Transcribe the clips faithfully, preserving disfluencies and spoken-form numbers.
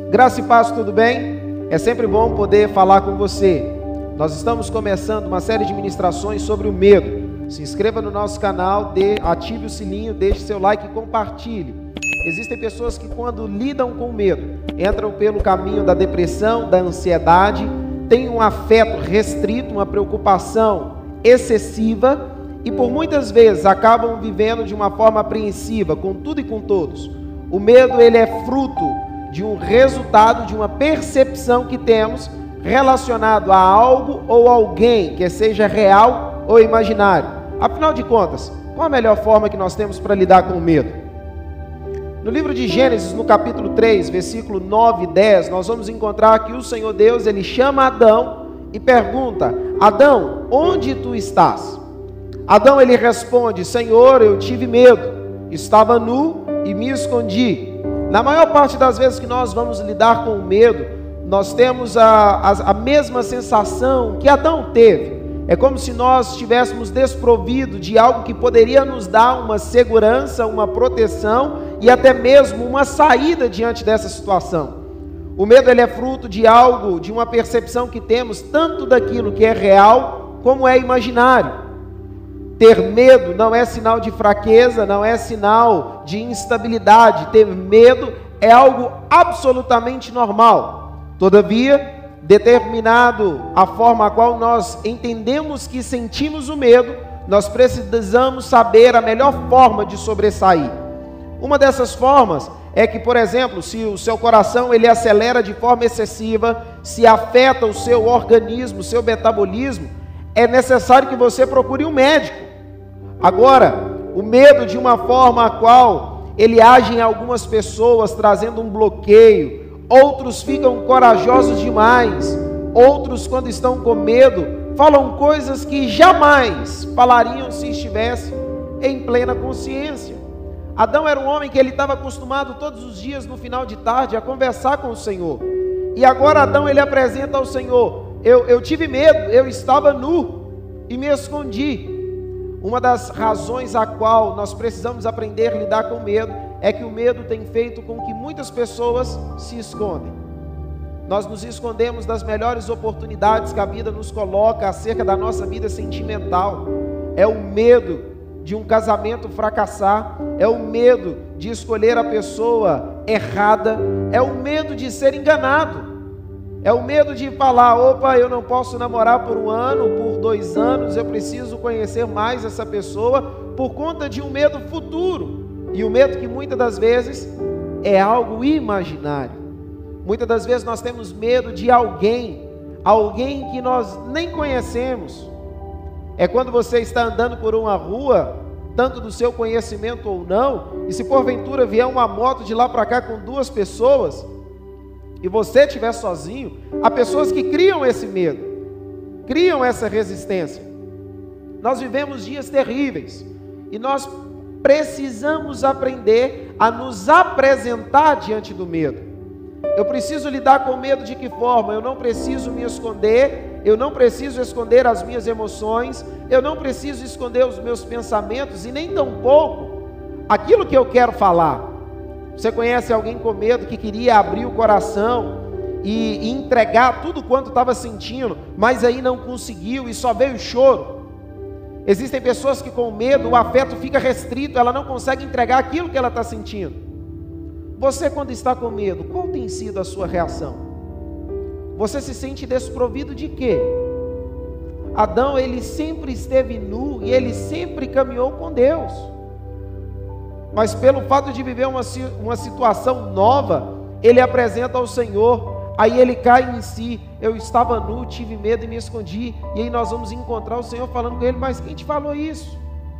Graça e paz, tudo bem? É sempre bom poder falar com você. Nós estamos começando uma série de ministrações sobre o medo. Se inscreva no nosso canal, dê, ative o sininho, deixe seu like e compartilhe. Existem pessoas que, quando lidam com o medo, entram pelo caminho da depressão, da ansiedade, têm um afeto restrito, uma preocupação excessiva e por muitas vezes acabam vivendo de uma forma apreensiva com tudo e com todos. O medo, ele é fruto de um resultado, de uma percepção que temos relacionado a algo ou alguém, que seja real ou imaginário. Afinal de contas, qual a melhor forma que nós temos para lidar com o medo? No livro de Gênesis, no capítulo três, versículo nove e dez, nós vamos encontrar que o Senhor Deus, ele chama Adão e pergunta: Adão, onde tu estás? Adão, ele responde: Senhor, eu tive medo, estava nu e me escondi. Na maior parte das vezes que nós vamos lidar com o medo, nós temos a, a, a mesma sensação que Adão teve. É como se nós estivéssemos desprovidos de algo que poderia nos dar uma segurança, uma proteção e até mesmo uma saída diante dessa situação. O medo, ele é fruto de algo, de uma percepção que temos, tanto daquilo que é real, como é imaginário. Ter medo não é sinal de fraqueza, não é sinal de instabilidade. Ter medo é algo absolutamente normal. Todavia, determinado a forma a qual nós entendemos que sentimos o medo, nós precisamos saber a melhor forma de sobressair. Uma dessas formas é que, por exemplo, se o seu coração ele acelera de forma excessiva, se afeta o seu organismo, o seu metabolismo, é necessário que você procure um médico. Agora, o medo, de uma forma a qual ele age em algumas pessoas, trazendo um bloqueio, outros ficam corajosos demais, outros, quando estão com medo, falam coisas que jamais falariam se estivesse em plena consciência. Adão era um homem que ele estava acostumado todos os dias, no final de tarde, a conversar com o Senhor. E agora Adão, ele apresenta ao Senhor: eu, eu tive medo, eu estava nu e me escondi. Uma das razões a qual nós precisamos aprender a lidar com o medo é que o medo tem feito com que muitas pessoas se escondem. Nós nos escondemos das melhores oportunidades que a vida nos coloca acerca da nossa vida sentimental. É o medo de um casamento fracassar, é o medo de escolher a pessoa errada, é o medo de ser enganado. É o medo de falar: opa, eu não posso namorar por um ano, por dois anos, eu preciso conhecer mais essa pessoa, por conta de um medo futuro. E o medo que muitas das vezes é algo imaginário. Muitas das vezes nós temos medo de alguém, alguém que nós nem conhecemos. É quando você está andando por uma rua, tanto do seu conhecimento ou não, e se porventura vier uma moto de lá para cá com duas pessoas, e você estiver sozinho, há pessoas que criam esse medo, criam essa resistência. Nós vivemos dias terríveis, e nós precisamos aprender a nos apresentar diante do medo. Eu preciso lidar com o medo de que forma? Eu não preciso me esconder, eu não preciso esconder as minhas emoções, eu não preciso esconder os meus pensamentos, e nem tampouco aquilo que eu quero falar. Você conhece alguém com medo que queria abrir o coração e, e entregar tudo quanto estava sentindo, mas aí não conseguiu e só veio o choro? Existem pessoas que com medo o afeto fica restrito, ela não consegue entregar aquilo que ela está sentindo. Você, quando está com medo, qual tem sido a sua reação? Você se sente desprovido de quê? Adão, ele sempre esteve nu e ele sempre caminhou com Deus. Mas pelo fato de viver uma, uma situação nova, ele apresenta ao Senhor, aí ele cai em si: eu estava nu, tive medo e me escondi. E aí nós vamos encontrar o Senhor falando com ele: mas quem te falou isso?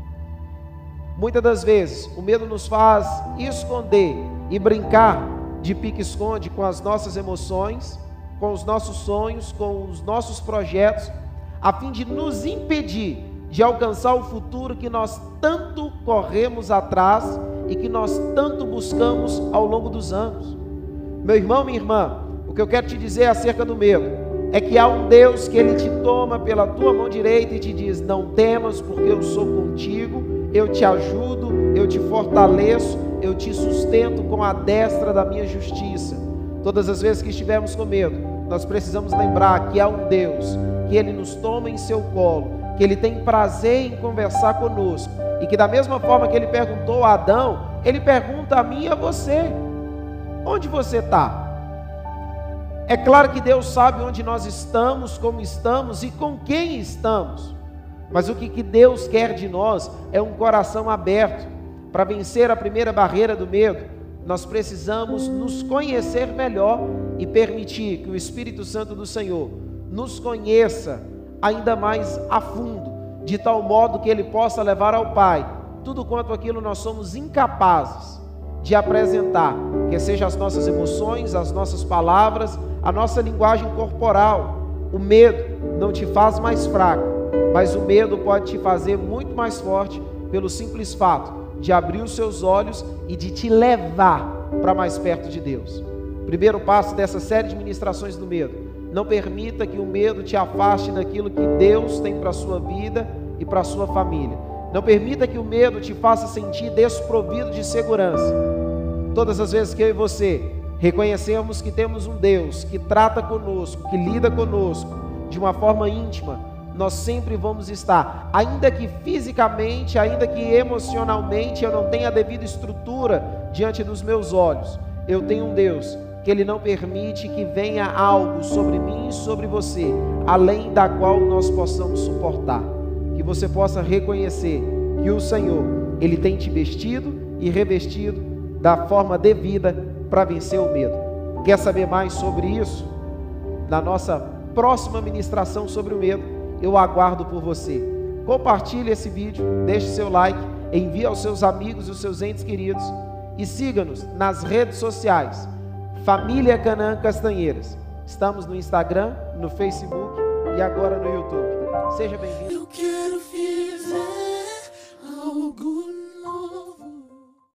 Muitas das vezes o medo nos faz esconder e brincar de pique-esconde com as nossas emoções, com os nossos sonhos, com os nossos projetos, a fim de nos impedir de alcançar o futuro que nós tanto corremos atrás e que nós tanto buscamos ao longo dos anos. Meu irmão, minha irmã, o que eu quero te dizer acerca do medo é que há um Deus que ele te toma pela tua mão direita e te diz: não temas, porque eu sou contigo, eu te ajudo, eu te fortaleço, eu te sustento com a destra da minha justiça. Todas as vezes que estivermos com medo, nós precisamos lembrar que há um Deus, que Ele nos toma em seu colo, que Ele tem prazer em conversar conosco, e que da mesma forma que Ele perguntou a Adão, Ele pergunta a mim e a você: onde você está? É claro que Deus sabe onde nós estamos, como estamos e com quem estamos, mas o que, que Deus quer de nós é um coração aberto. Para vencer a primeira barreira do medo, nós precisamos nos conhecer melhor e permitir que o Espírito Santo do Senhor nos conheça ainda mais a fundo, de tal modo que Ele possa levar ao Pai tudo quanto aquilo nós somos incapazes de apresentar, que seja as nossas emoções, as nossas palavras, a nossa linguagem corporal. O medo não te faz mais fraco, mas o medo pode te fazer muito mais forte pelo simples fato de abrir os seus olhos e de te levar para mais perto de Deus. Primeiro passo dessa série de ministrações do medo: não permita que o medo te afaste daquilo que Deus tem para a sua vida e para a sua família. Não permita que o medo te faça sentir desprovido de segurança. Todas as vezes que eu e você reconhecemos que temos um Deus que trata conosco, que lida conosco de uma forma íntima, nós sempre vamos estar, ainda que fisicamente, ainda que emocionalmente eu não tenha a devida estrutura diante dos meus olhos, eu tenho um Deus que Ele não permite que venha algo sobre mim e sobre você, além da qual nós possamos suportar. Que você possa reconhecer que o Senhor, Ele tem te vestido e revestido da forma devida para vencer o medo. Quer saber mais sobre isso? Na nossa próxima ministração sobre o medo, eu aguardo por você. Compartilhe esse vídeo, deixe seu like, envie aos seus amigos e os seus entes queridos e siga-nos nas redes sociais, Família Canaã Castanheiras. Estamos no Instagram, no Facebook e agora no YouTube. Seja bem-vindo.